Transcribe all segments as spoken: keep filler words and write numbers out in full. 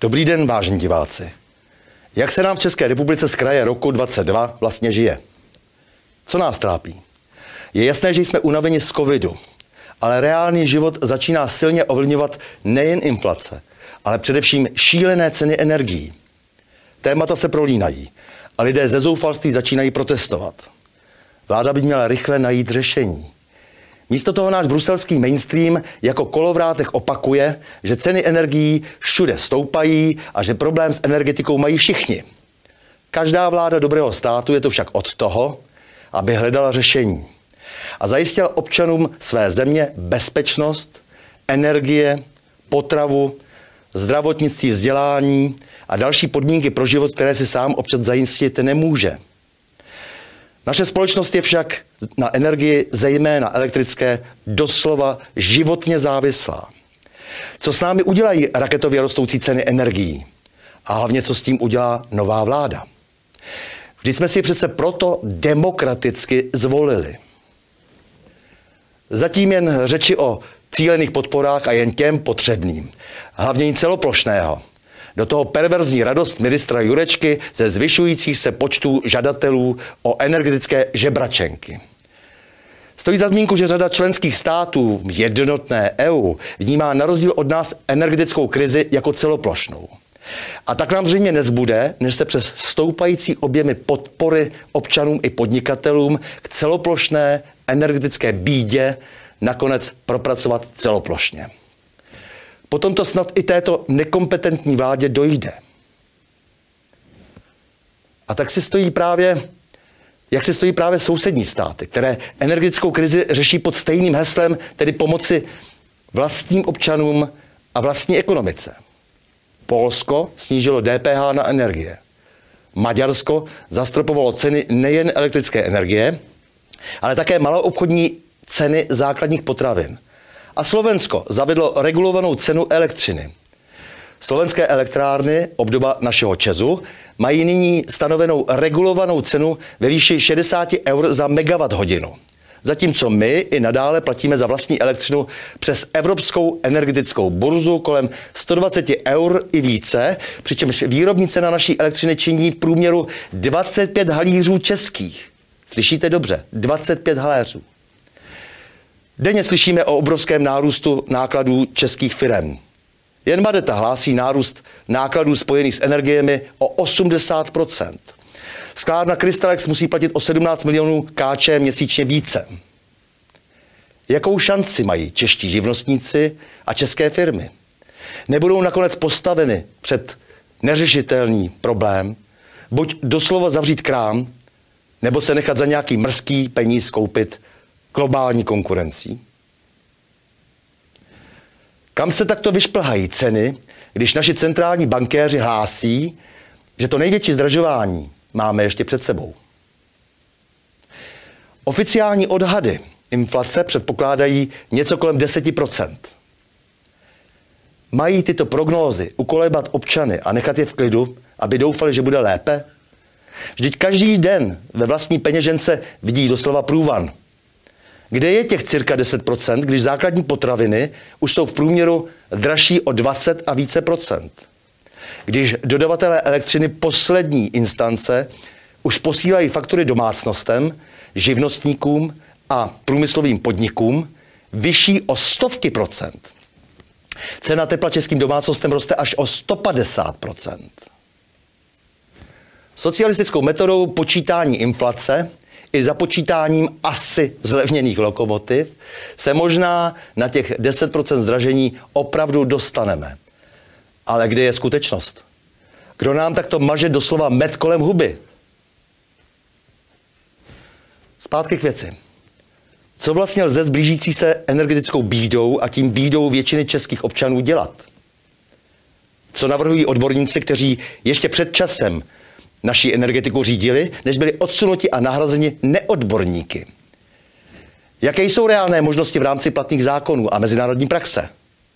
Dobrý den, vážení diváci. Jak se nám v České republice z kraje roku dvacet dva vlastně žije? Co nás trápí? Je jasné, že jsme unaveni z covidu, ale reálný život začíná silně ovlivňovat nejen inflace, ale především šílené ceny energií. Témata se prolínají a lidé ze zoufalství začínají protestovat. Vláda by měla rychle najít řešení. Místo toho náš bruselský mainstream jako kolovrátek opakuje, že ceny energií všude stoupají a že problém s energetikou mají všichni. Každá vláda dobrého státu je to však od toho, aby hledala řešení a zajistila občanům své země bezpečnost, energie, potravu, zdravotnictví, vzdělání a další podmínky pro život, které si sám občas zajistit nemůže. Naše společnost je však na energii, zejména elektrické, doslova životně závislá. Co s námi udělají raketově rostoucí ceny energií? A hlavně, co s tím udělá nová vláda? Vždyť jsme si přece proto demokraticky zvolili. Zatím jen řeči o cílených podporách a jen těm potřebným. Hlavně nic celoplošného. Do toho perverzní radost ministra Jurečky ze zvyšujících se počtů žadatelů o energetické žebračenky. Stojí za zmínku, že řada členských států jednotné E U vnímá na rozdíl od nás energetickou krizi jako celoplošnou. A tak nám zřejmě nezbude, než se přes stoupající objemy podpory občanům i podnikatelům k celoplošné energetické bídě nakonec propracovat celoplošně. Potom to snad i této nekompetentní vládě dojde. A tak si stojí právě, jak si stojí právě sousední státy, které energetickou krizi řeší pod stejným heslem, tedy pomoci vlastním občanům a vlastní ekonomice. Polsko snížilo D P H na energie. Maďarsko zastropovalo ceny nejen elektrické energie, ale také maloobchodní ceny základních potravin. A Slovensko zavedlo regulovanou cenu elektřiny. Slovenské elektrárny, obdoba našeho ČEZu, mají nyní stanovenou regulovanou cenu ve výši šedesát eur za megawatt hodinu. Zatímco my i nadále platíme za vlastní elektřinu přes Evropskou energetickou burzu kolem sto dvacet eur i více, přičemž výrobní cena naší elektřiny činí v průměru dvacet pět halířů českých. Slyšíte dobře, dvacet pět haléřů. Denně slyšíme o obrovském nárůstu nákladů českých firem. Jen Madeta hlásí nárůst nákladů spojených s energiemi o osmdesát procent. Sklárna Crystalex musí platit o sedmnáct milionů Kč měsíčně více. Jakou šanci mají čeští živnostníci a české firmy? Nebudou nakonec postaveny před neřešitelný problém, buď doslova zavřít krám, nebo se nechat za nějaký mrzký peníz koupit globální konkurencí? Kam se takto vyšplhají ceny, když naši centrální bankéři hlásí, že to největší zdražování máme ještě před sebou? Oficiální odhady inflace předpokládají něco kolem deset procent. Mají tyto prognózy ukolébat občany a nechat je v klidu, aby doufali, že bude lépe? Vždyť každý den ve vlastní peněžence vidí doslova průvan. Kde je těch cirka deset procent, když základní potraviny už jsou v průměru dražší o dvacet a více procent? Když dodavatelé elektřiny poslední instance už posílají faktury domácnostem, živnostníkům a průmyslovým podnikům vyšší o stovky procent. Cena tepla českým domácnostem roste až o sto padesát procent. Socialistickou metodou počítání inflace i za počítáním asi zlevněných lokomotiv se možná na těch deset procent zdražení opravdu dostaneme. Ale kde je skutečnost? Kdo nám takto maže doslova med kolem huby? Zpátky k věci. Co vlastně lze s blížící se energetickou bídou a tím bídou většiny českých občanů dělat? Co navrhují odborníci, kteří ještě před časem naši energetiku řídili, než byli odsunuti a nahrazeni neodborníky? Jaké jsou reálné možnosti v rámci platných zákonů a mezinárodní praxe?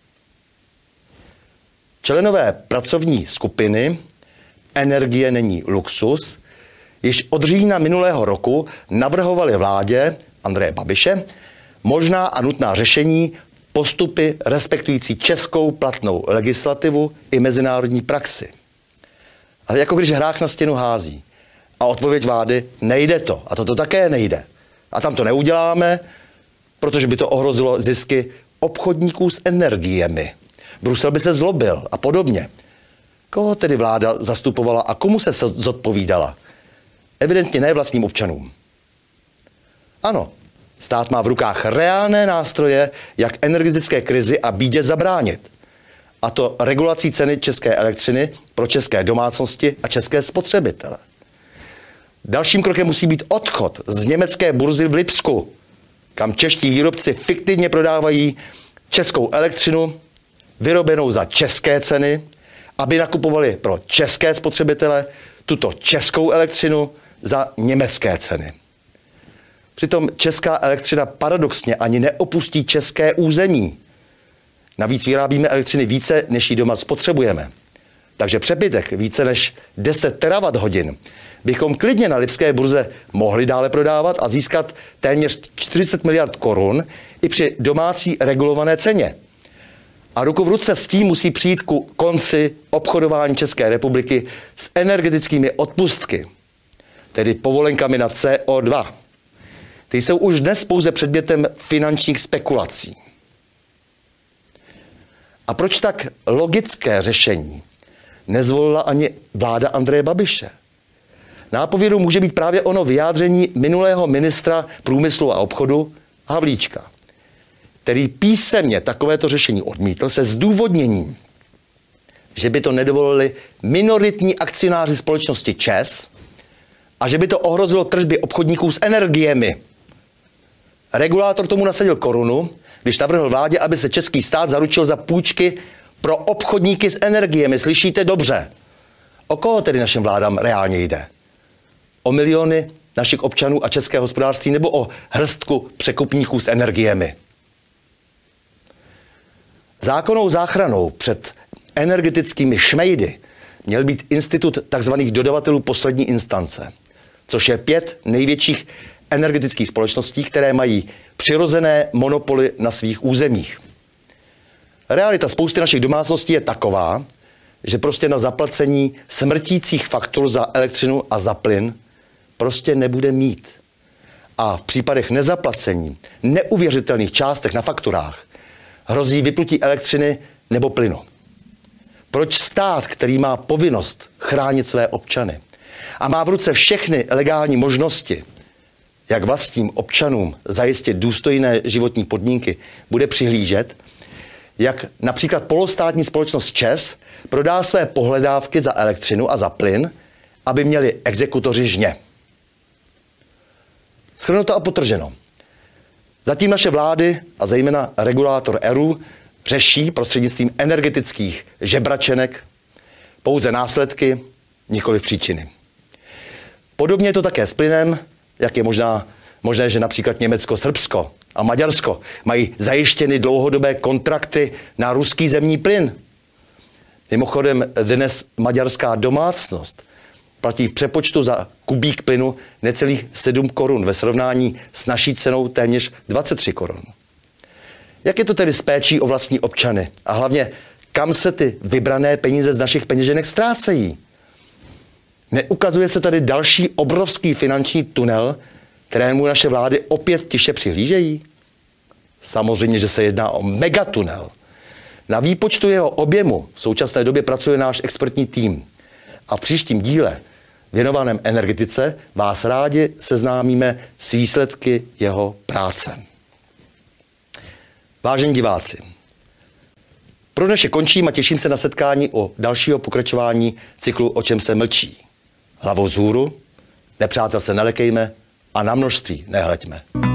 Členové pracovní skupiny Energie není luxus již od října minulého roku navrhovali vládě Andreje Babiše možná a nutná řešení postupy respektující českou platnou legislativu i mezinárodní praxi. Ale jako když hrách na stěnu hází. A odpověď vlády, nejde to. A toto také nejde. A tam to neuděláme, protože by to ohrozilo zisky obchodníků s energiemi. Brusel by se zlobil a podobně. Koho tedy vláda zastupovala a komu se zodpovídala? Evidentně ne vlastním občanům. Ano, stát má v rukách reálné nástroje, jak energetické krizi a bídě zabránit. A to regulací ceny české elektřiny pro české domácnosti a české spotřebitele. Dalším krokem musí být odchod z německé burzy v Lipsku, kam čeští výrobci fiktivně prodávají českou elektřinu, vyrobenou za české ceny, aby nakupovali pro české spotřebitele tuto českou elektřinu za německé ceny. Přitom česká elektřina paradoxně ani neopustí české území. Navíc vyrábíme elektřiny více, než ji doma spotřebujeme. Takže přebytek více než deset terawatt hodin bychom klidně na lipské burze mohli dále prodávat a získat téměř čtyřicet miliard korun i při domácí regulované ceně. A ruku v ruce s tím musí přijít ku konci obchodování České republiky s energetickými odpustky, tedy povolenkami na C O dva. Ty jsou už dnes pouze předmětem finančních spekulací. A proč tak logické řešení nezvolila ani vláda Andreje Babiše? Nápovědou může být právě ono vyjádření minulého ministra průmyslu a obchodu Havlíčka, který písemně takovéto řešení odmítl se zdůvodněním, že by to nedovolili minoritní akcionáři společnosti ČEZ a že by to ohrozilo tržby obchodníků s energiemi. Regulátor tomu nasadil korunu, když navrhl vládě, aby se český stát zaručil za půjčky pro obchodníky s energiemi. Slyšíte dobře. O koho tedy našim vládám reálně jde? O miliony našich občanů a české hospodářství nebo o hrstku překupníků s energiemi? Zákonnou záchranou před energetickými šmejdy měl být institut tzv. Dodavatelů poslední instance, což je pět největších energetických společností, které mají přirozené monopoly na svých územích. Realita spousty našich domácností je taková, že prostě na zaplacení smrtících faktur za elektřinu a za plyn prostě nebude mít. A v případech nezaplacení neuvěřitelných částek na fakturách hrozí vypnutí elektřiny nebo plynu. Proč stát, který má povinnost chránit své občany a má v ruce všechny legální možnosti, jak vlastním občanům zajistit důstojné životní podmínky, bude přihlížet, jak například polostátní společnost ČEZ prodá své pohledávky za elektřinu a za plyn, aby měli exekutoři žně. Shrnuto a potrženo. Zatím naše vlády a zejména regulátor ERÚ řeší prostřednictvím energetických žebračenek pouze následky, nikoli příčiny. Podobně je to také s plynem, jak je možná, možné, že například Německo, Srbsko a Maďarsko mají zajištěny dlouhodobé kontrakty na ruský zemní plyn. Mimochodem dnes maďarská domácnost platí v přepočtu za kubík plynu necelých sedm korun ve srovnání s naší cenou téměř dvacet tři korun. Jak je to tedy s péčí o vlastní občany? A hlavně, kam se ty vybrané peníze z našich peněženek ztrácejí? Neukazuje se tady další obrovský finanční tunel, kterému naše vlády opět tiše přihlížejí? Samozřejmě, že se jedná o megatunel. Na výpočtu jeho objemu v současné době pracuje náš expertní tým. A v příštím díle věnovaném energetice vás rádi seznámíme s výsledky jeho práce. Vážení diváci, pro dnešek končím a těším se na setkání o dalšího pokračování cyklu O čem se mlčí. Hlavou vzhůru, nepřátel se nelekejme a na množství nehleďme.